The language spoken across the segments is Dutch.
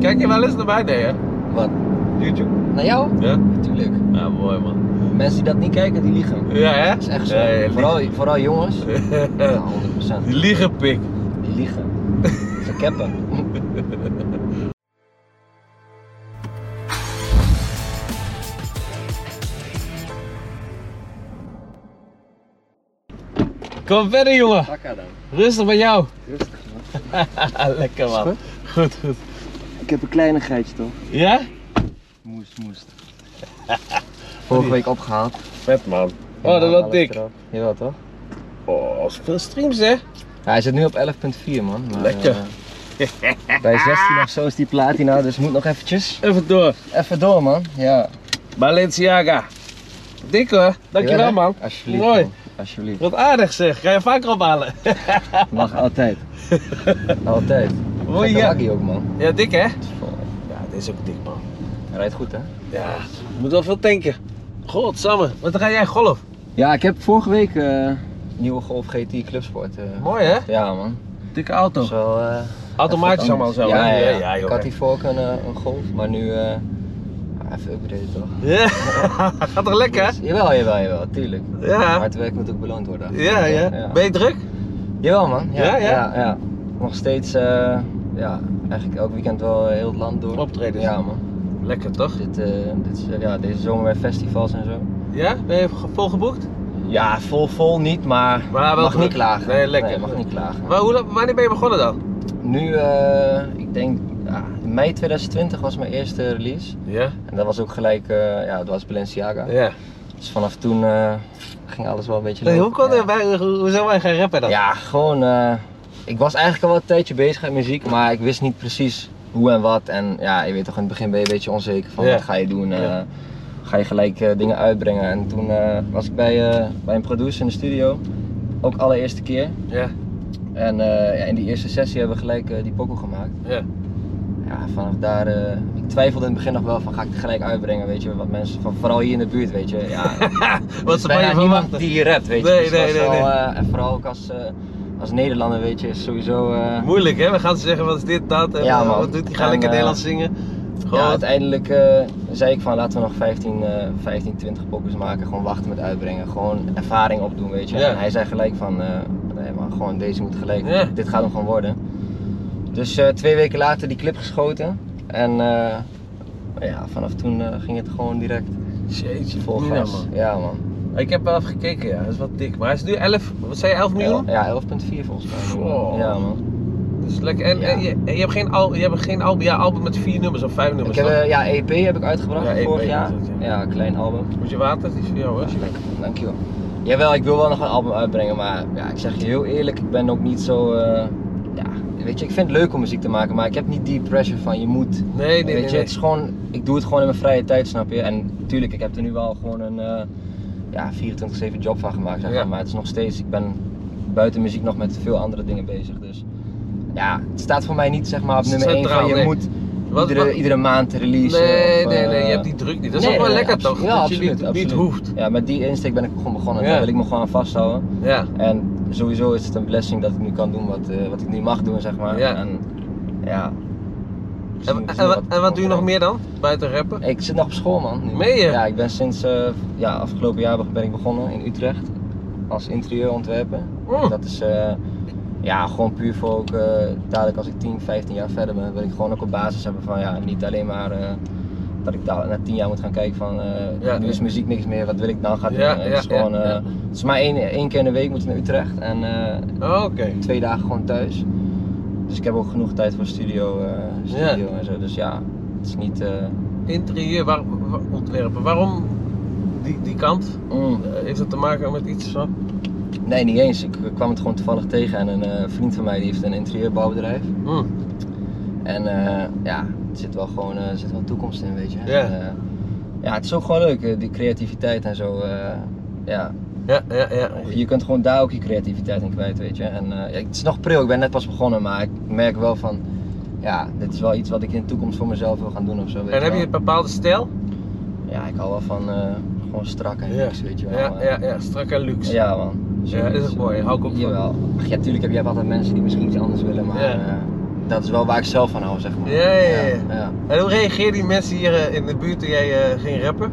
Kijk je wel eens naar mij? Nee, hè? Wat? YouTube. Naar jou? Ja? Natuurlijk. Ja, mooi man. Mensen die dat niet kijken, die liegen. Ja, hè? Dat is echt zo. Ja, Vooral jongens. Ja, 100%. Die liegen pik. Die liegen. Ze keppen. Kom verder, jongen. Pakka dan. Rustig bij jou. Rustig man. Lekker man. Goed? Goed, goed. Ik heb een kleinigheidje toch? Ja? Moest. Vorige week opgehaald. Vet man. Oh, dat is wel Alles dik. erop. Jawel toch? Oh, zoveel streams hè? Ja, hij zit nu op 11.4 man. Maar, Lekker. bij 16 of zo is die platina, dus moet nog eventjes. Even door. Even door man. Ja. Balenciaga. Dik hoor. Dankjewel Jawel, hè? man. Alsjeblieft. Mooi. Man. Alsjeblieft. Wat aardig zeg. Ga je vaker ophalen? Mag altijd. Altijd. Mooi Gekke ja. waggie ook man. Ja, dik hè? Ja, Ja, dit is ook dik man. hij rijdt goed hè? Ja, je moet wel veel tanken. Godsamme. Wat dan ga jij golf? Ja, ik heb vorige week nieuwe Golf GT Clubsport. Mooi hè? Ja man. Dikke auto. Dat is wel, Automatisch even allemaal anders. zo. Ja, hè? ja, ja ik joh. had hiervoor ook een Golf, maar nu even upgraden toch? Ja, gaat toch lekker hè? Dus, jawel, tuurlijk. Ja. Hard werk moet ook beloond worden. Ja. Ben je druk? Jawel man. Ja? Ja. Nog steeds, eigenlijk elk weekend wel heel het land door. Optredens. Ja man. Lekker toch? Dit is, deze zomer bij festivals en zo. Ja? Ben je vol geboekt? Ja, vol niet, maar Maar wel mag druk. niet klagen. Nee, lekker. Nee, mag niet klagen. Maar wanneer ben je begonnen dan? Nu, ik denk, in mei 2020 was mijn eerste release. Ja. En dat was ook gelijk, dat was Balenciaga. Ja. Dus vanaf toen ging alles wel een beetje Nee, lopen. hoe zijn wij gaan rappen dan? Ja, gewoon, ik was eigenlijk al wel een tijdje bezig met muziek, maar ik wist niet precies hoe en wat. En ja, je weet toch, in het begin ben je een beetje onzeker van Ja. wat ga je doen. Ja. Ga je gelijk dingen uitbrengen. En toen was ik bij een producer in de studio, ook allereerste keer. Ja. En in die eerste sessie hebben we gelijk die pokoe gemaakt. Ja. Ja, vanaf daar, ik twijfelde in het begin nog wel van ga ik het gelijk uitbrengen, weet je, wat mensen, vooral hier in de buurt, weet je. Ja, Wat ze bijna van je niemand verwachten. die hier rapt, weet je. Nee, Dus nee, dat is nee, wel, nee. en vooral ook als Nederlander, weet je, is sowieso... Moeilijk hè? We gaan ze zeggen wat is dit, dat en Ja, man. wat doet hij? Ga En, lekker Nederlands zingen. Gewoon. Ja, uiteindelijk zei ik van laten we nog 15, 20 pokoes maken, gewoon wachten met uitbrengen, gewoon ervaring opdoen, weet je. Ja. En hij zei gelijk van, nee maar gewoon deze moet gelijk, Ja. dit gaat hem gewoon worden. Dus 2 weken later die clip geschoten en ja, vanaf toen ging het gewoon direct Jeetje, vol niet gas. normaal. Ja man. Ik heb wel even gekeken, ja, dat is wat dik. Maar hij is nu 11, wat zei je, 11 miljoen? Ja, 11.4 volgens mij. Goh. Ja man. Dat is lekker. En, Ja. en je hebt geen album met 4 nummers of 5 nummers, Ik heb, toch? EP heb ik uitgebracht Ja, EP vorig jaar. is het, ja. Ja, een klein album. Moet je water? Die is voor jou, hè? Dankjewel. Jawel, ik wil wel nog een album uitbrengen, maar ja, ik zeg je heel eerlijk, ik ben ook niet zo, ja, weet je, ik vind het leuk om muziek te maken, maar ik heb niet die pressure van je moet. Nee, Weet je, het is gewoon, ik doe het gewoon in mijn vrije tijd, snap je? En natuurlijk, ik heb er nu wel gewoon een, 24/7 job van gemaakt, zeg maar het is nog steeds, ik ben buiten muziek nog met veel andere dingen bezig, dus ja, het staat voor mij niet zeg maar op nummer 1 Centraal, van je nee. moet Wat- iedere maand releasen. Nee, of, nee, je hebt die druk niet. Dat is nee, ook wel nee, lekker absoluut. toch? Ja, dat je absoluut, niet hoeft. Ja, met die insteek ben ik gewoon begonnen. Ja. Daar wil ik me gewoon aan vasthouden. Ja. En sowieso is het een blessing dat ik nu kan doen wat ik nu mag doen, zeg maar. Ja. En ja. En wat doe je nog meer dan? Buiten rappen? Ik zit nog op school, man. Nu. Meen je? Ja, ik ben sinds afgelopen jaar ben ik begonnen in Utrecht als interieurontwerper. Mm. Dat is gewoon puur voor ook dadelijk als ik 10, 15 jaar verder ben, wil ik gewoon ook op basis hebben van ja, niet alleen maar dat ik na 10 jaar moet gaan kijken van nu is muziek niks meer, wat wil ik dan gaan doen. Ja, Het is gewoon, het is maar één keer in de week moet ik naar Utrecht en Oké. 2 dagen gewoon thuis. Dus ik heb ook genoeg tijd voor studio en zo. Dus ja, het is niet. Interieur ontwerpen. Waarom die kant? Mm. Heeft dat te maken met iets van? Nee, niet eens. Ik kwam het gewoon toevallig tegen en een vriend van mij die heeft een interieurbouwbedrijf. Mm. En ja, er zit wel gewoon zit wel toekomst in, weet je. Ja. En, ja, het is ook gewoon leuk, die creativiteit en zo. Ja. Ja. Je kunt gewoon daar ook je creativiteit in kwijt, weet je. En ja, het is nog pril, ik ben net pas begonnen, maar ik merk wel van, ja, dit is wel iets wat ik in de toekomst voor mezelf wil gaan doen of zo. Weet En heb je wel. een bepaalde stijl? Ja, ik hou wel van gewoon strak en luxe, weet je wel. Ja, strak en luxe. Ja man. Ja, dat is ook mooi, hou ik ook van. Jawel. Ach, ja, tuurlijk heb jij altijd mensen die misschien iets anders willen, maar Ja. dat is wel waar ik zelf van hou, zeg maar. Ja. En hoe reageerden die mensen hier in de buurt toen jij ging rappen?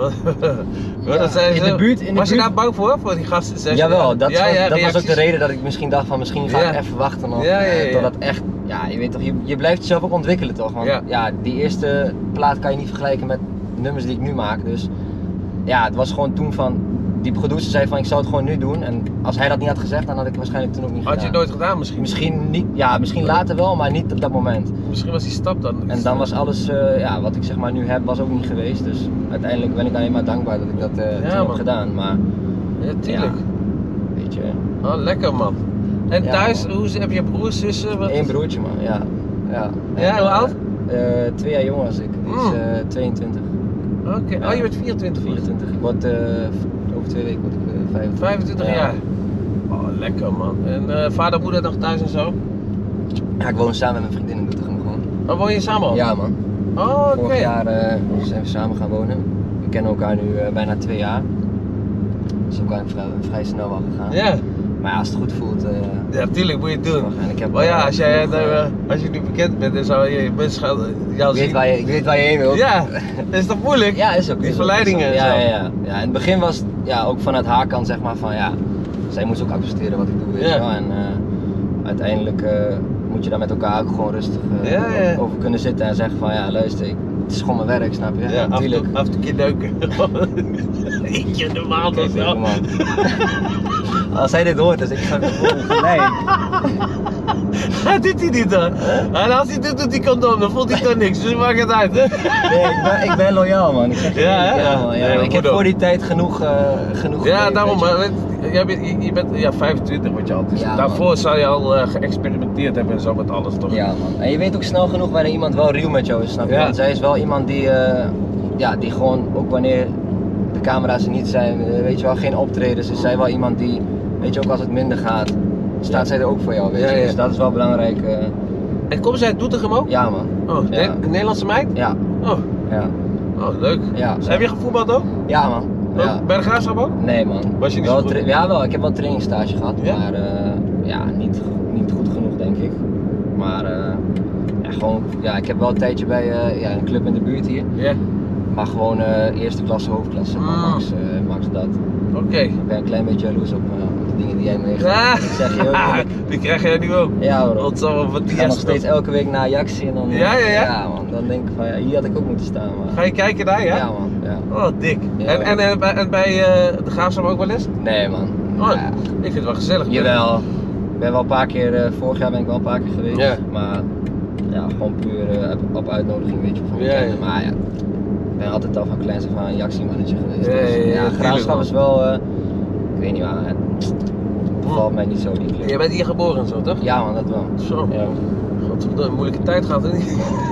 Dat zijn in de buurt, was je daar bang voor die gasten? Jawel, dat was ook de reden dat ik misschien dacht van misschien ga ik even wachten nog. Totdat echt, ja je weet toch, je blijft jezelf ook ontwikkelen toch. Want die eerste plaat kan je niet vergelijken met nummers die ik nu maak. Dus ja, het was gewoon toen van, die producer zei van ik zou het gewoon nu doen. En als hij dat niet had gezegd, dan had ik het waarschijnlijk toen ook niet gedaan. Had je het nooit gedaan misschien? Misschien niet, ja misschien later wel, maar niet op dat moment. Misschien was die stap dan. En dan was alles, wat ik zeg maar nu heb, was ook niet geweest. Dus uiteindelijk ben ik alleen maar dankbaar dat ik dat toen heb gedaan. Maar, ja, tuurlijk. Weet je. Oh, lekker man. En thuis, heb je broers, zussen? Eén broertje man, ja. Ja, hoe oud? 2 jaar jonger als ik, die is 22. Oké, oh je bent 24? 24, ik word over 2 weken word ik 25. 25 jaar? Oh, lekker man. En vader, moeder nog thuis en zo? Ja, ik woon samen met mijn vriendin in Doetinchem gewoon. Oh, woon je samen al? Ja man. Oh, oké. Vorig jaar zijn we samen gaan wonen. We kennen elkaar nu bijna 2 jaar. Dus ook vrij snel wel gegaan. Ja. Maar ja, als het goed voelt. Ja, tuurlijk moet je het doen. En ik heb, maar ja, als je nu bekend bent, dan zou je mensen gaan jou zien. Ik weet waar je heen wilt. Ja, dat is toch moeilijk? Ja, is ook. Die verleidingen en zo. Ja, in het begin was het ook vanuit haar kant zeg maar van ja, zij moest ook accepteren wat ik doe. Weet je wel. En uiteindelijk moet je daar met elkaar ook gewoon rustig over kunnen zitten en zeggen van ja, luister, het is gewoon mijn werk, snap je? Ja, natuurlijk. Af en toe keer neuken. Eentje normaal dan zo. Als hij dit hoort, dus ik ga gewoon gelijk. Dat doet hij niet dan. En als hij dit doet, die condoom, dan voelt hij toch niks, dus maakt het uit. Nee, ik ben loyaal man. Ik zeg man. Ik heb voor die tijd genoeg ja, daarom, maar je bent 25 wat je altijd. Ja, daarvoor zou je al geëxperimenteerd hebben en zo met alles toch? Ja man. En je weet ook snel genoeg wanneer iemand wel real met jou is, snap je? Want zij is wel iemand die, die gewoon, ook wanneer de camera's er niet zijn, weet je wel, geen optredens, is zij wel iemand die, weet je ook als het minder gaat, staat zij er ook voor jou, weet je. Dus dat is wel belangrijk. En komt zij uit Doetinchem ook? Ja man. Oh, een Nederlandse meid? Ja. Oh. Ja. Oh, leuk. Ja, heb je gevoetbald ook? Ja man. Ja. Bij de Graafschap ook? Nee man. Was je niet zo goed? Ja wel, ik heb wel trainingsstage gehad, maar niet goed genoeg denk ik. Maar gewoon, ik heb wel een tijdje bij een club in de buurt hier. Ja. Maar gewoon eerste klasse, hoofdklasse, max dat. Oké. Ik ben een klein beetje jaloers op de dingen die jij meegaat. Ik zeg je ook. Die krijg jij nu ook. Ja hoor. Ik ga nog steeds elke week naar Ajax en dan, ja man, dan denk ik van hier had ik ook moeten staan. Maar... Ga je kijken daar, ja? Ja man, ja. Oh, dik. Ja, en bij de Graafschap ook wel eens? Nee man. Oh, ik vind het wel gezellig. Jawel. Ik ben wel een paar keer, vorig jaar ben ik wel een paar keer geweest. Maar gewoon puur op uitnodiging, weet je, van maar ik ben altijd al van kleins af aan een Ajax-mannetje geweest. Graafschap is wel, ik weet niet waar, het bevalt mij niet zo die club. Jij bent hier geboren en zo, toch? Ja man, dat wel. Zo. Ja. Godverdomme, een moeilijke tijd gehad, hè?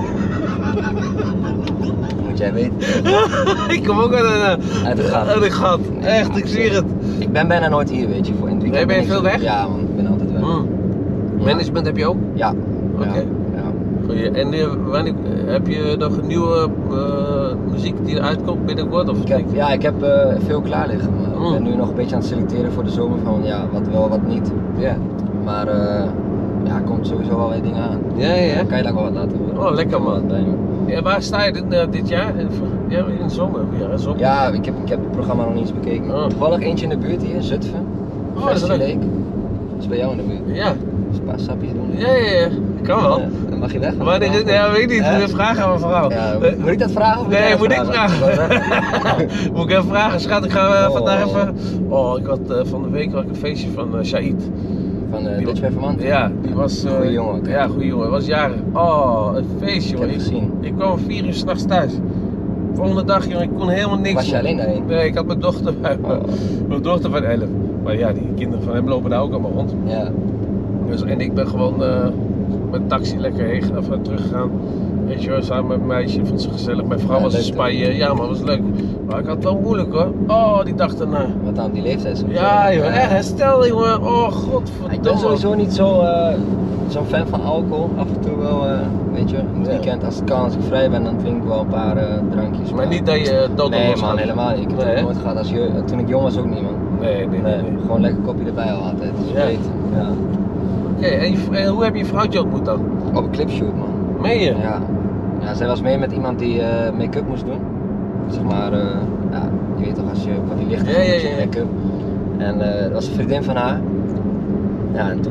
Moet jij weten. Ik kom ook uit een gat. Echt, ik zie het. Ik ben bijna nooit hier, weet je, voor in het weekend. Ben je veel weg? Ja man, ik ben altijd weg. Management heb je ook? Ja. Oké. Goeie. En wanneer heb je nog een nieuwe muziek die eruit komt binnenkort? Of ik heb veel klaar liggen. Maar ik ben nu nog een beetje aan het selecteren voor de zomer van wat wel, wat niet. Ja. Maar er komt sowieso wel weer dingen aan. Ja. Dan kan je daar wel wat laten horen. Oh, lekker man. Ja, waar sta je dit jaar? Ja, in de zomer. Ja, ik heb het programma nog niet eens bekeken. Toevallig eentje in de buurt hier, Zutphen. Festival Lake. Dat is bij jou in de buurt. Ja. Dus een paar sapjes doen. Ja. Kan wel. Dan mag je weg. Wanneer weet ik niet. Een vraag aan mijn vrouw. Ja, moet ik dat vragen? Of nee, moet ik vragen. Moet ik even vragen, schat. Ik ga vandaag even... ik had van de week een feestje van Shahid. Van Dutch Performant? Ja, die was... goeie jongen. Ja, goeie jongen. Hij was jarig. Oh, een feestje, jongen. Ik heb het gezien. Ik kwam om 4 uur 's nachts thuis. Volgende dag, jongen, ik kon helemaal niks. Was je alleen daarheen? Nee, ik had mijn dochter bij me. Mijn dochter van 11. Maar ja, die kinderen van hem lopen daar ook allemaal rond. Ja. Dus, en ik ben gewoon met taxi lekker heen teruggegaan. Weet je wel, samen met mijn meisje, vond ze gezellig. Mijn vrouw was in Spanje, ja maar was leuk. Maar ik had het wel moeilijk hoor. Oh, die dag daarna. Wat dan, die leeftijd zo? Ja joh, echt herstel jongen. Oh godverdomme. Ik ben sowieso niet zo'n fan van alcohol. Af en toe wel, weet je, in het weekend als het kan, als ik vrij ben, dan drink ik wel een paar drankjes. Maar niet dat je dood was? Nee man, helemaal niet. Ik heb het nooit gehad. Toen ik jong was ook niet man. Nee. Gewoon lekker kopje erbij al altijd. Dus ja. ja. Oké, en hoe heb je vrouwtje ontmoet dan? Op een clipshoot, man. Meen je? Ja. Ja, zij was mee met iemand die make-up moest doen. Zeg maar, ja, je weet toch als je van die lichte make-up. En dat was een vriendin van haar. Ja, en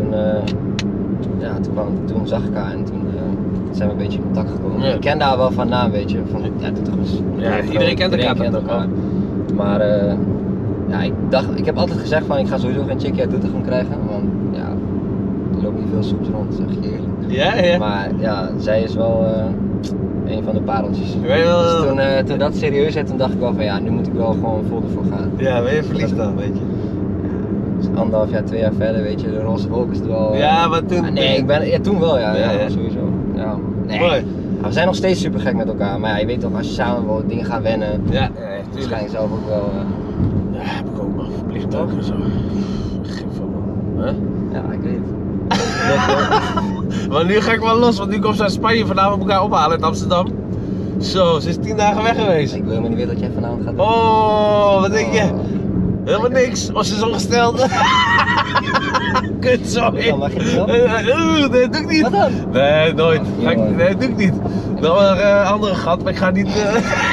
toen zag ik haar en toen zijn we een beetje in contact gekomen. Ja. Ik kende haar wel van naam, weet je. Van, ja, doet toch eens, iedereen kent elkaar. Maar ja, ik heb altijd gezegd van ik ga sowieso geen chickie uit Doetinchem krijgen. Want ja, er loopt niet veel soeps rond, zeg je eerlijk. Ja. Maar ja, zij is wel een van de pareltjes. Dus toen dat serieus werd, toen dacht ik wel van ja, nu moet ik wel gewoon vol ervoor gaan. Ja, ben je verliefd dan, weet je? Dus 1,5 jaar, 2 jaar verder, weet je, de roze wolk is er wel. Ja, maar toen... Nee, toen wel, ja, ja. sowieso. Ja, nee. Mooi. Maar we zijn nog steeds super gek met elkaar, maar ja, je weet toch, als je samen woont, dingen gaan wennen. Ja, dus ga je zelf ook wel. Ja, heb ik ook nog verplicht ook en zo. Gif van man. Huh? Ja, ik weet het. Maar nu ga ik wel los, want nu komt ze uit Spanje vanavond elkaar ophalen in Amsterdam. Zo, ze is 10 dagen weg geweest. Ik wil helemaal niet weten wat jij vanavond gaat doen. Oh, wat denk je? Helemaal niks, was ze zo gesteld. Kut, sorry. Dan mag je het wel? Nee, dat doe ik niet. Wat dan? Nee, nooit. Nee, dat doe ik niet. Wel een andere gat, maar ik ga niet...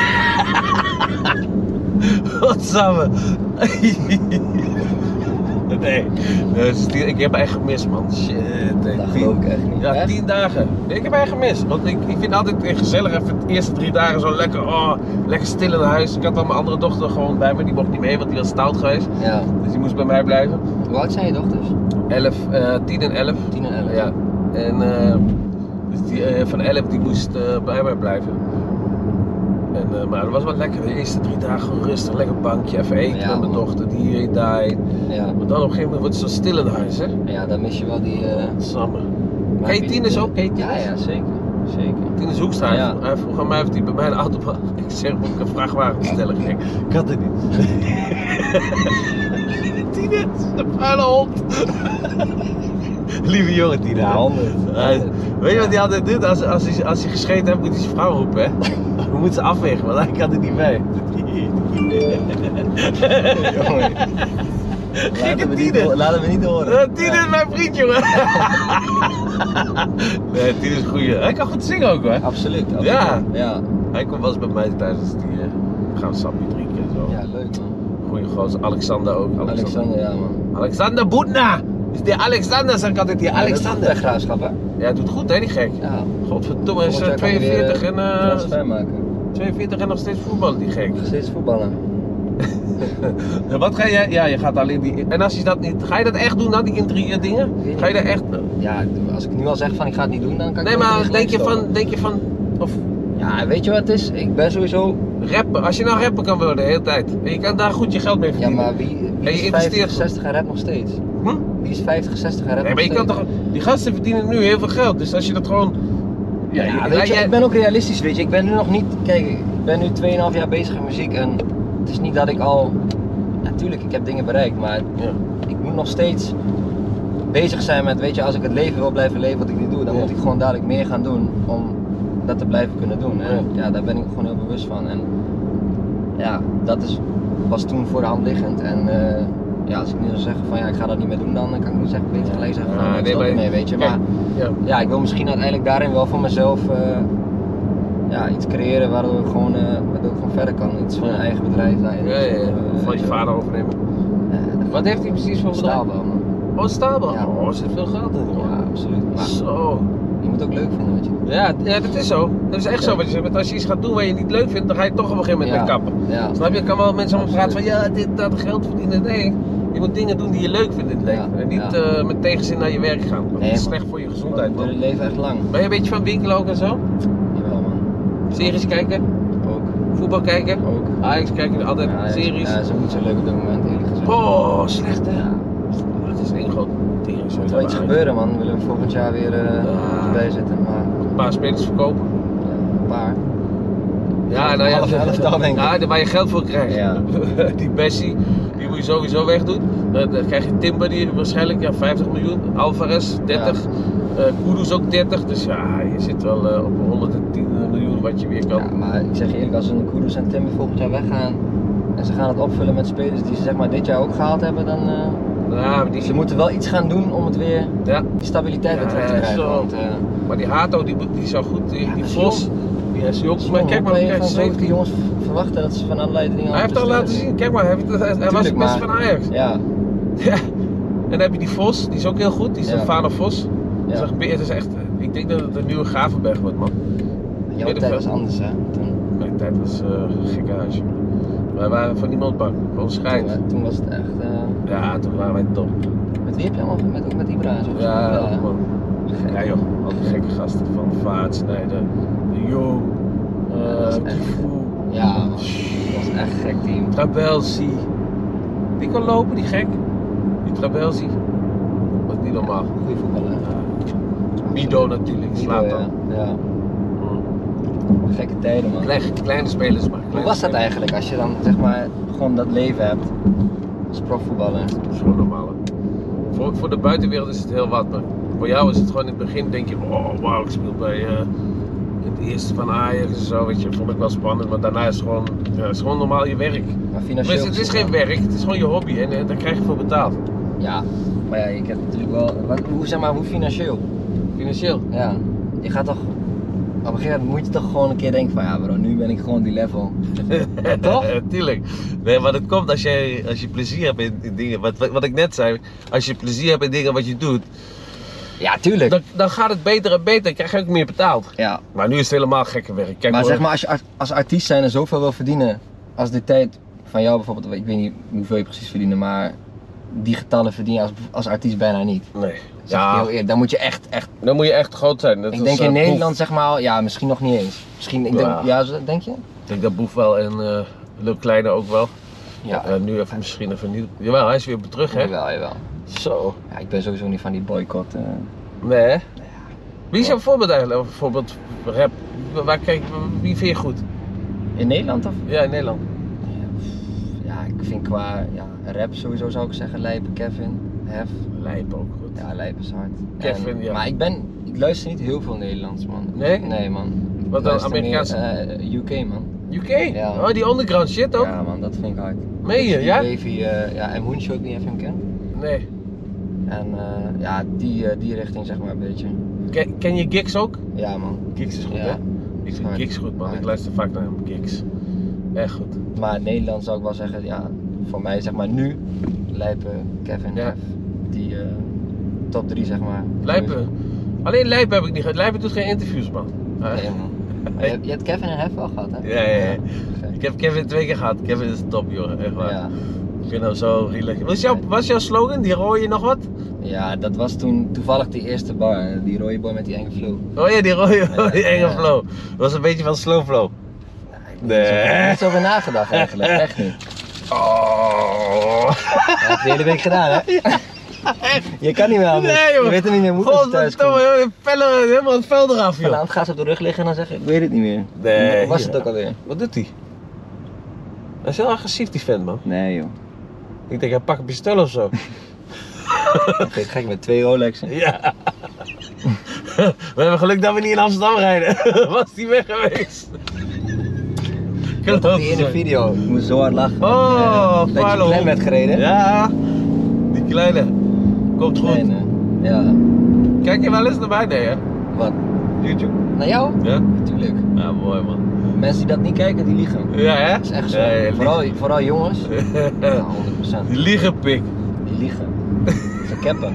Wat samen? Nee, ik heb echt gemist, man. Shit. Dat geloof ik echt niet. Ja, 10 dagen. Nee, ik heb echt gemist. Want ik vind altijd gezellig even de eerste 3 dagen zo lekker, lekker stil in huis. Ik had dan mijn andere dochter gewoon bij me, die mocht niet mee, want die was stout geweest. Ja. Dus die moest bij mij blijven. Hoe oud zijn je dochters? 10 en 11. 10 en 11. Ja. En dus die van 11 die moest bij mij blijven. En, maar het was wel lekker, de eerste 3 dagen rustig, lekker bankje, even eten met mijn dochter, die hierheen, daarheen. Ja. Maar dan op een gegeven moment wordt het zo stil in huis, hè? Ja, dan mis je wel die... Samen. Ken je Tinus ook? Ja, zeker. Tinus Hoekstra, hij vroeg aan mij of hij bij mij een auto had. Ik zeg, moet ik een vrachtwagen bestellen? Ik had het niet. Tinus, een vuile hond. Lieve jongen, Tinus. Ja, 100. Weet je wat hij altijd doet? Als hij gescheten heeft, moet hij zijn vrouw roepen, hè? We moeten ze afwegen, want hij kan er niet bij. Jongen. Laten we niet horen. Tinus is mijn vriend, jongen. Nee, Tinus is een goeie. Hij kan goed zingen ook, hoor. Absoluut. Ja. Ja. Hij komt wel eens bij mij tijdens die gaan we sapje drinken en zo. Ja, leuk man. Goeie gozer. Alexander ook. Alexander, ja man. Alexander Boetna! Is die Alexander, zeg ik altijd, die Alexander. Ja, graafschap, hè? Ja, hij doet goed, hè, die gek. Ja. Godverdomme, hij is 42 en... transfer maken. 42 en nog steeds voetballen, die gek. Nog steeds voetballen. Wat ga jij... Ja, je gaat alleen die... En als je dat niet... Ga je dat echt doen dan, die interieur dingen? Ga je daar echt... Ja, als ik nu al zeg van ik ga het niet doen, dan kan ik nee, maar denk je van... Of... Ja, weet je wat het is? Ik ben sowieso... Rappen. Als je nou rapper kan worden de hele tijd. En je kan daar goed je geld mee verdienen. Ja, maar wie is 50, 60 en rap nog steeds? Wie is 50, 60 en rap nee, maar je kan toch... Die gasten verdienen nu heel veel geld. Dus als je dat gewoon... Ja, weet je, ik ben ook realistisch, weet je. Ik ben nu nog niet... Kijk, ik ben nu 2,5 jaar bezig in muziek en het is niet dat ik al... Natuurlijk, ik heb dingen bereikt, maar ik moet nog steeds bezig zijn met, weet je, als ik het leven wil blijven leven wat ik nu doe, dan moet ik gewoon dadelijk meer gaan doen om dat te blijven kunnen doen. En ja, daar ben ik gewoon heel bewust van. En ja, dat was toen voor de hand liggend. En ja, als ik nu zou zeggen van ja, ik ga dat niet meer doen, dan kan ik nu zeggen, weet je, gelijk zeggen van ik stop ermee, weet je. Maar ja, ik wil misschien uiteindelijk daarin wel voor mezelf iets creëren waardoor ik gewoon verder kan. Iets van een eigen bedrijf zijn. Van je vader overnemen. Wat heeft hij precies voor bedrijf? Staalbouw, man. Oh, staalbouw? Ja. Oh, er zit veel geld in. Ja, absoluut. Maar zo. Je moet het ook leuk vinden, weet je. Ja, dat is zo. Dat is echt zo wat je zegt. Want als je iets gaat doen waar je niet leuk vindt, dan ga je toch op een gegeven moment mee kappen. Ja. Snap je? Kan wel mensen allemaal praten van ja, dit, dat, geld verdienen. Nee, je moet dingen doen die je leuk vindt in het leven. En niet met tegenzin naar je werk gaan. Dat is slecht voor je gezondheid, man. Je leven echt lang. Ben je een beetje van winkelen ook en zo? Jawel, man. Series kijken? Ook. Voetbal kijken? Ook. Ajax kijken altijd series? Ja, dat is ook niet zo leuk op dit moment, eerlijk gezegd. Oh, slecht hè? Ja. Het is één groot tering. Er moet wel iets gebeuren, man. We willen volgend jaar weer erbij zitten. Maar... Een paar spelers verkopen? Ja, een paar. Ja, nou ja, waar je geld voor krijgt. Ja. Die Bessie, die moet je sowieso wegdoen. Dan krijg je Timber, die waarschijnlijk 50 miljoen. Alvarez 30. Kudus ook 30. Dus ja, je zit wel op 110 miljoen wat je weer kan. Ja, maar ik zeg je eerlijk, als een Kudus en Timber volgend jaar weggaan en ze gaan het opvullen met spelers die ze zeg maar dit jaar ook gehaald hebben, dan Ja, maar Ze moeten wel iets gaan doen om het weer, die stabiliteit weer terug te krijgen. Zo. Want, maar die Hato, die is zo goed, die Vos, die is jong. Maar kijk maar, kan je kijk, van zulke 17. jongens verwachten dat ze van allerlei dingen Hij heeft al laten zien, kijk maar, hij was het beste van Ajax. Ja. Ja. En dan heb je die Vos, die is ook heel goed, die is een vader Vos. Ja. Het is echt, ik denk dat het een nieuwe Gravenberg wordt, man. Jouw tijd was anders, hè? Mijn tijd was een gekke huisje. Wij waren van niemand bang, gewoon schijnt. Toen was het echt... Ja, toen waren wij top. Met wie heb je allemaal? Ook met Ibra en zo? Ja, man. Ja joh, al die gekke gasten van Vaartsnijder, de Jong, Kifu. Ja, man. Dat was echt een gek team. Trabelsi. Die kon lopen, die gek. Die Trabelsi. Was niet normaal. Goeie voetballer. Mido natuurlijk, Zlatan. Ja. Gekke tijden, man. Kleine spelers maar. Hoe was dat eigenlijk als je dan zeg maar gewoon dat leven hebt als profvoetballer? Dat is gewoon normaal. Voor de buitenwereld is het heel wat, maar voor jou is het gewoon in het begin denk je, oh wauw, ik speel bij het eerste van Ajax en zo, weet je, vond ik wel spannend, maar daarna is het gewoon, het is gewoon normaal je werk. Maar financieel het is geen werk, het is gewoon je hobby en daar krijg je voor betaald. Ja, maar ja, ik heb natuurlijk wel, hoe financieel? Financieel? Ja, je gaat toch, op een gegeven moment moet je toch gewoon een keer denken van ja bro, nu ben ik gewoon die level. Toch? Tuurlijk. Nee, maar dat komt als je plezier hebt in dingen, wat ik net zei, als je plezier hebt in dingen wat je doet. Ja, tuurlijk. Dan gaat het beter en beter, dan krijg je ook meer betaald. Ja. Maar nu is het helemaal gekke werk. Kijk, maar zeg maar, als je als artiest zijn en zoveel wil verdienen, als de tijd van jou bijvoorbeeld, ik weet niet hoeveel je precies verdient, maar die getallen verdien je als artiest bijna niet. Nee. Zeg ik heel eerlijk, dan moet je echt... Dan moet je echt groot zijn. Ik denk in Nederland zeg maar, ja misschien nog niet eens. Misschien, ik denk, denk je? Ik denk dat Boef wel en Lil Kleine ook wel. Ja. Nu even misschien even niet. Jawel, hij is weer terug hè? Jawel. Zo. Ja, ik ben sowieso niet van die boycott. Nee hè? Wie is jouw voorbeeld eigenlijk? Bijvoorbeeld rap. Wie vind je goed? In Nederland of? Ja, in Nederland. Ja, ik vind qua rap sowieso zou ik zeggen Lijpen, Kevin, Hef. Lijpen ook goed. Ja, Lijpen is hard. Kevin, ja. Maar ik luister niet heel veel Nederlands man. Nee? Nee man. Wat dan? Amerikaans? UK man. UK? Ja, oh, die underground shit ook? Ja man, dat vind ik hard. Meen je, ja? Davy, en Moonshow, ik weet niet of je hem kent. Nee. En die richting zeg maar een beetje. Ken je Giggs ook? Ja man. Giggs is goed Ja. hè? Ik vind Giggs goed man, ik luister vaak naar hem, Giggs. Echt goed. Maar Nederland zou ik wel zeggen, ja, voor mij zeg maar nu, Lijpen, Kevin, Hef, die top 3 zeg maar. Lijpen? Alleen Lijpen heb ik niet gehad, Lijpen doet geen interviews man. Nee man. Je hebt Kevin en Hef wel gehad hè? Ja. Ik heb Kevin 2 keer gehad, Kevin is top jongen, echt waar. Ja. Ik vind hem zo relaxed. Was jouw slogan, die rooi je nog wat? Ja, dat was toen toevallig die eerste bar, die rode boy met die enge flow. Oh ja, die rode, die enge flow. Dat was een beetje van slow flow. Nee. Ik heb niet zo over nagedacht eigenlijk, echt niet. Oh. Dat heb je de hele week gedaan hè? Je kan niet meer anders. Nee joh. Je weet het niet meer, moet als je thuis komt. Helemaal het vel eraf joh. Vanavond gaat ze op de rug liggen en dan zeg ik weet het niet meer. Nee. Hoe was het ook alweer? Wat doet hij? Hij is heel agressief die vent man. Nee joh. Ik denk hij pakt een pistool of zo. Ik vind het gek met 2 Rolexen. Ja. We hebben geluk dat we niet in Amsterdam rijden. Was die weg geweest? Die in de video, ik moest zo hard lachen. Oh, dat je klein werd gereden. Ja, die kleine. Komt goed. Kleine. Ja. Kijk je wel eens naar mij? Nee hè? Wat? YouTube. Naar jou? Ja? Natuurlijk. Ja, mooi man. Mensen die dat niet kijken, die liegen. Ja hè? Dat is echt zo. Ja, vooral jongens. Ja, 100%. Die liegen pik. Die liegen. Ze cappen.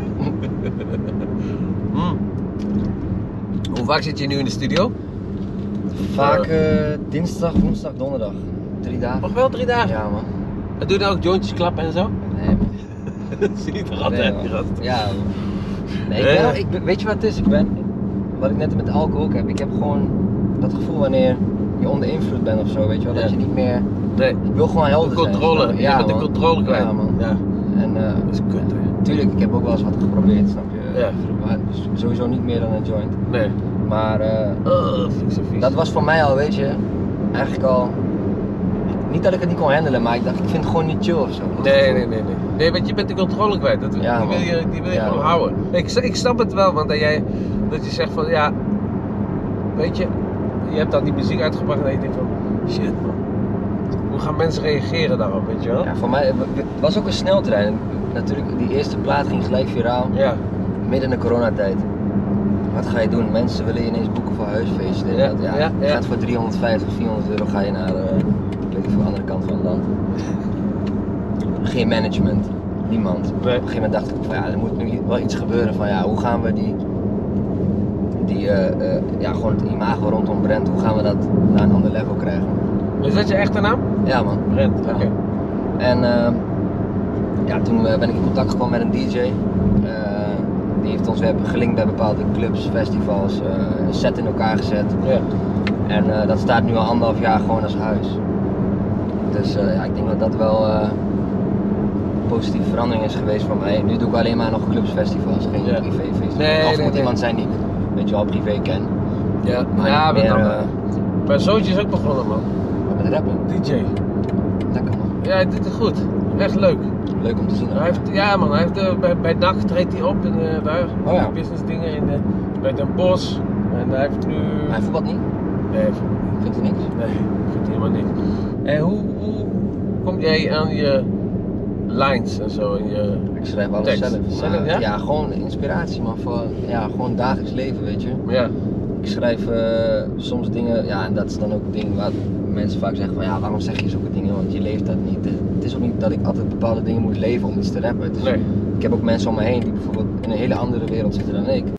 Hoe vaak zit je nu in de studio? Vaak dinsdag, woensdag, donderdag. 3 dagen. Nog wel 3 dagen? Ja man. En doe je nou ook jointjes klappen en zo? Nee man. Dat zie je toch altijd, die gast. Ja man. Nee, weet je wat het is? Wat ik net met alcohol ook heb, ik heb gewoon dat gevoel wanneer je onder invloed bent of zo, weet je wel, dat je niet meer... Nee. Ik wil gewoon helder zijn. Controle, je bent de controle kwijt. Ja man. Ja. En dat is kut hè. tuurlijk, ik heb ook wel eens wat geprobeerd, snap je? Ja. Maar sowieso niet meer dan een joint. Nee. Maar vind ik zo vies. dat was voor mij al, weet je, eigenlijk al... Niet dat ik het niet kon handelen, maar ik dacht, ik vind het gewoon niet chill of zo. Nee. Nee, want je bent de controle kwijt. Die wil je gewoon houden. Ik snap het wel, want dat je zegt van ja, weet je hebt dan die muziek uitgebracht en je denkt van shit man, hoe gaan mensen reageren daarop, weet je wel? Ja, voor mij het was ook een sneltrein. natuurlijk, die eerste plaat ging gelijk viraal. Ja. Midden in de coronatijd. Wat ga je doen? Mensen willen je ineens boeken voor huisfeesten. Je gaat voor 350, 400 euro ga je naar de andere kant van het land. Geen management, niemand. Nee. Op een gegeven moment dacht ik van er moet nu wel iets gebeuren van hoe gaan we gewoon het imago rondom Brent, hoe gaan we dat naar een ander level krijgen? Is dat je echte naam? Ja man. Brent, oké. En toen ben ik in contact gekomen met een DJ. Die heeft ons weer gelinkt bij bepaalde clubs, festivals, een set in elkaar gezet. Ja. En dat staat nu al 1,5 jaar gewoon als huis. Dus ik denk dat dat wel een positieve verandering is geweest voor mij. Nu doe ik alleen maar nog clubs, festivals, geen privéfeesten. Of moet iemand zijn die ik wel privé ken. Ja, maar mijn zoontje is ook begonnen man. Met rappen? DJ. Lekker man. Ja, hij doet het goed. Echt leuk. Leuk om te zien. Hij heeft bij NAC treedt hij op en daar business dingen in bij Den Bosch. En hij heeft nu. Hij voetbalt niet? Nee, vindt hij niks? Nee, vindt hij helemaal niks. En hoe kom jij aan je lines en zo in je Ik schrijf alles tekst? zelf. Ja, gewoon inspiratie man voor gewoon dagelijks leven, weet je. Ja. Ik schrijf soms dingen, en dat is dan ook dingen waar mensen vaak zeggen van waarom zeg je zulke dingen, want je leeft dat niet. Het is ook niet dat ik altijd bepaalde dingen moet leven om iets te rappen. Nee. Ik heb ook mensen om me heen die bijvoorbeeld in een hele andere wereld zitten dan ik.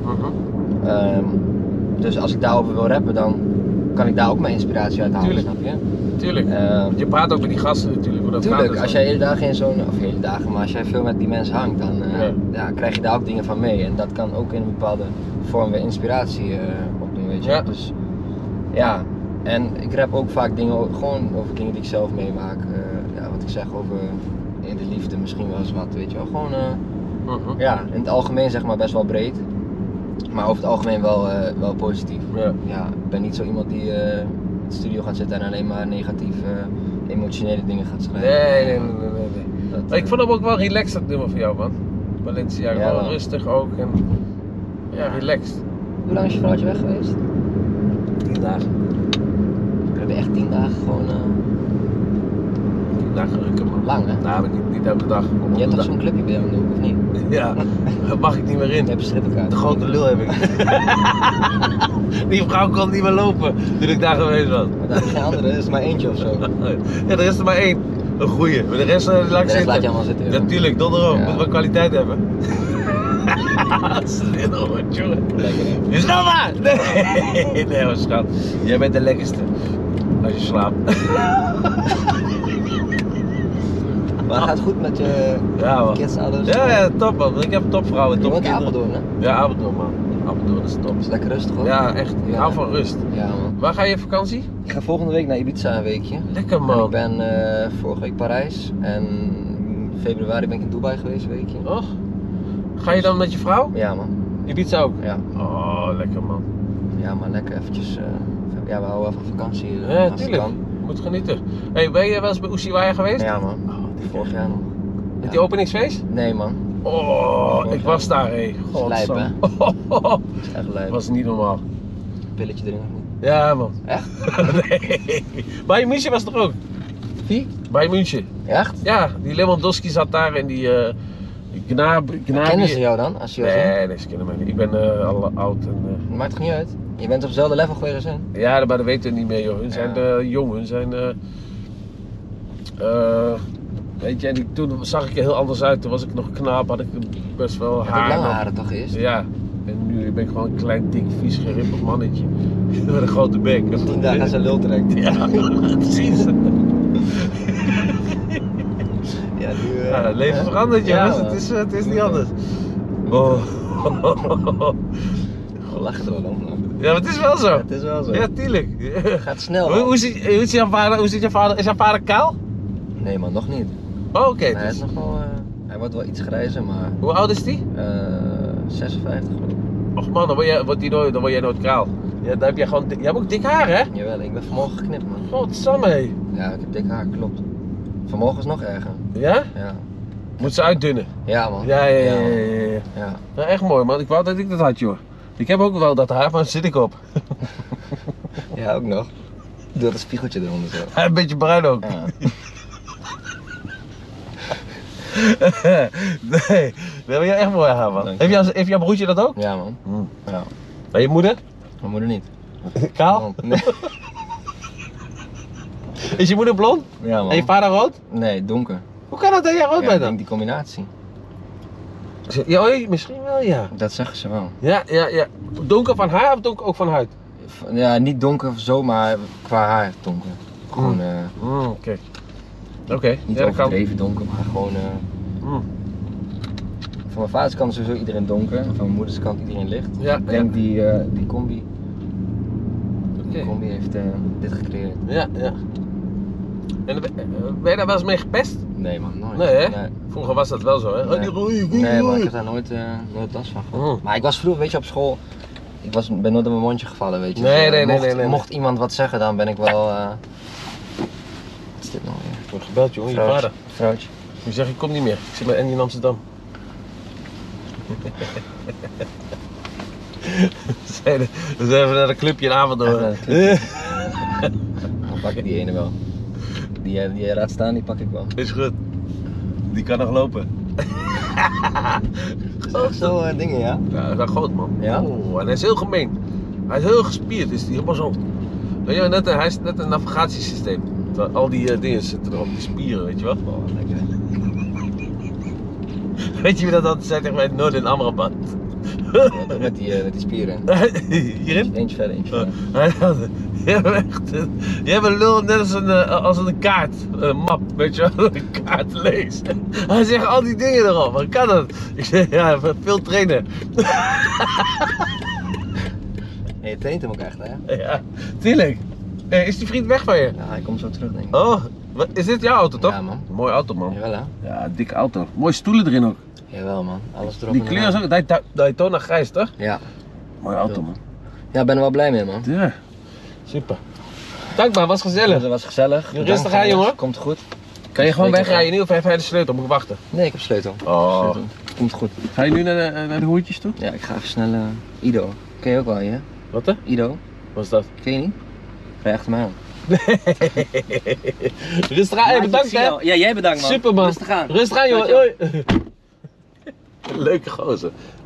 Dus als ik daarover wil rappen, dan kan ik daar ook mijn inspiratie uit halen, snap je? Tuurlijk. Je praat ook met die gasten natuurlijk. Tuurlijk, als jij hele dagen maar als jij veel met die mensen hangt, dan krijg je daar ook dingen van mee. En dat kan ook in een bepaalde vorm weer inspiratie opdoen, weet je. Ja. Dus en ik rap ook vaak dingen gewoon over dingen die ik zelf meemaak. Wat ik zeg over in de liefde misschien wel eens wat, weet je wel. Gewoon, in het algemeen zeg maar best wel breed. Maar over het algemeen wel positief. Ja, ik ben niet zo iemand die in de studio gaat zitten en alleen maar negatief emotionele dingen gaat schrijven. Nee. Ik vond hem ook wel relaxed, dat nummer van jou man. Valencia, gewoon rustig ook en relaxed. Hoe lang is je vrouwtje weg geweest? 10 dagen. We hebben echt 10 dagen gewoon... 10 dagen rukken man. Lang hè? Nou, maar niet elke dag. Je hebt toch zo'n clubje bij jou doen, of niet? Ja, daar mag ik niet meer in. Je hebt een strippenkaart. De grote lul heb ik. Die vrouw kon niet meer lopen toen ik daar geweest was. Maar daar heb je geen andere, er is er maar eentje of zo. Ja, er is er maar één. Een goeie. Maar de rest laat ik zitten. Laat je allemaal zitten. Natuurlijk, donder op. Moet wel kwaliteit hebben. Stil, jongen. Lekker hè? Je slaapt maar! Nee hoor, schat. Jij bent de lekkerste. Als je slaapt. Maar het gaat goed met je kids, ouders? Ja, top man. Ik heb topvrouwen, top kinderen. Apeldoorn hè? Ja, Apeldoorn man. Apeldoorn is top. Is lekker rustig hoor? Ja, echt. Ik hou van rust. Ja man. Waar ga je op vakantie? Ik ga volgende week naar Ibiza een weekje. Lekker man. En ik ben vorige week Parijs en februari ben ik in Dubai geweest een weekje. Och? Ga je dan met je vrouw? Ja man. Ibiza ook? Ja. Oh, lekker man. Ja maar lekker eventjes, we houden wel van vakantie. Ja, tuurlijk. Je moet genieten. Hey, ben je wel eens bij Ushuaia geweest? Ja man. Vorig jaar nog. Met die openingsfeest? Nee man. Oh, ik was daar hé. Lijp hè? Dat is echt lijp. Was niet normaal. Pilletje erin of niet? Ja man. Echt? Nee. Bayern München was toch ook? Wie? Bayern München. Echt? Ja, die Lewandowski zat daar en die Gnabry. Kennen ze jou dan? Als je nee, ze kennen mij niet. Ik ben al oud en... Maakt toch niet uit? Je bent op hetzelfde level geweest als hen? Ja, maar dat weten we niet meer joh. Hun zijn jong, hun zijn... weet je, en toen zag ik er heel anders uit. Toen was ik nog knaap, had ik best wel haar. Je had lange haren toch eerst? Ja. En nu ben ik gewoon een klein, dik, vies, gerimpeld mannetje. Met een grote bek. 10 dagen aan zijn lul trekt. Ja, precies. Ja, nu... het leven verandert jongens, het is niet anders. Oh. Lachen er wel om. Ja, maar het is wel zo. Ja, het is wel zo. Ja, tuurlijk. Gaat snel. Hoe ziet jouw vader? Is jouw vader kaal? Nee man, nog niet. Oh, oké. Hij is nog wel... hij wordt wel iets grijzer, maar... Hoe oud is die? 56 geloof ik. Och man, dan word jij nooit kaal. Ja, dan heb jij gewoon... Je hebt ook dik haar hè? Jawel, ik ben vanmorgen geknipt man. Godsamme hé. Ja, ik heb dik haar, klopt. Vanmorgen is nog erger. Ja? Ja. Moet ze uitdunnen? Ja man. Ja. Nou, echt mooi man, ik wou dat ik dat had joh. Ik heb ook wel dat haar, maar daar zit ik op. Ja, ook nog. Doe dat een spiegeltje eronder zo. Een beetje bruin ook. Ja. Nee, dat heb je echt mooi haar, man. Heeft jouw broertje dat ook? Ja, man. Ja. En je moeder? Mijn moeder niet. Kaal? Nee. Is je moeder blond? Ja, man. En je vader rood? Nee, donker. Hoe kan dat jij rood Ja, bent ik dan? denk die combinatie. Ja, misschien wel, ja. Dat zeggen ze wel. Ja. Donker van haar of donker ook van huid? Ja, niet donker zo, maar qua haar donker. Gewoon, Oké. Oké. niet Ja, dat kan. overdreven donker, maar gewoon... Van mijn vaders kant is sowieso iedereen donker, en van mijn moeders kant iedereen licht. Ja, Ik denk die combi, die combi heeft dit gecreëerd. Ja. En ben je daar wel eens mee gepest? Nee, man, nooit. Nee, hè? Nee. Vroeger was dat wel zo, hè? Nee, maar ik heb daar nooit last van gehad. Maar ik was vroeger, weet je, op school, ben nooit op mijn mondje gevallen, weet je. Nee. Mocht iemand wat zeggen, dan ben ik wel... Wat is dit nou weer? Ik word gebeld, jongen, je vader. Vrouwtje. Je zegt, ik kom niet meer. Ik zit bij Andy in Amsterdam. We zijn even naar een clubje in Apeldoorn. Dan pak ik die ene wel. Die jij laat staan, die pak ik wel. Is goed. Die kan nog lopen. Zo dingen, ja? Ja, hij is wel groot, man. Ja? Oh, en hij is heel gemeen. Hij is heel gespierd, is hij helemaal zo. Weet je, hij is net een navigatiesysteem. Al die dingen zitten erop, die spieren, weet je wel. Oh, lekker. Weet je wie dat altijd zei tegen mij? Noord in Amrabat. Ja, met die spieren. Hierin? Eentje verder, eentje verder. Je hebt een lul net als een kaart, een map, weet je wel, een kaart lezen. Hij zegt al die dingen erop, maar kan dat? Ik zeg, ja, veel trainen. En je traint hem ook echt, hè? Ja, tuurlijk. Is die vriend weg van je? Ja, hij komt zo terug, denk ik. Oh, is dit jouw auto toch? Ja, man. Mooie auto, man. Jawel, hè? Ja, dikke auto. Mooie stoelen erin ook. Jawel, man. Alles erop Die en kleur is eraan. ook Daytona grijs, toch? Ja. Mooie auto, man. Ja, ik ben er wel blij mee, man. Ja, super. Dankbaar, was gezellig. Dat was gezellig. Je rustig aan, jongen. Komt goed. Kan je gewoon Zeker. wegrijden nu of heb jij de sleutel? Moet ik wachten? Nee, ik heb sleutel. Oh. Sleutel. Komt goed. Ga je nu naar de hoertjes toe? Ja, ik ga even snel Ido. Ken je ook wel, hè? Wat hè? Ido. Wat is dat? Ken je niet? Ga je achter mij aan. Rustig aan, hey, bedankt hè. Ja, jij bedankt, man. Super man. Rustig aan. Rustig aan, jongen. Hoi. Leuke gozer.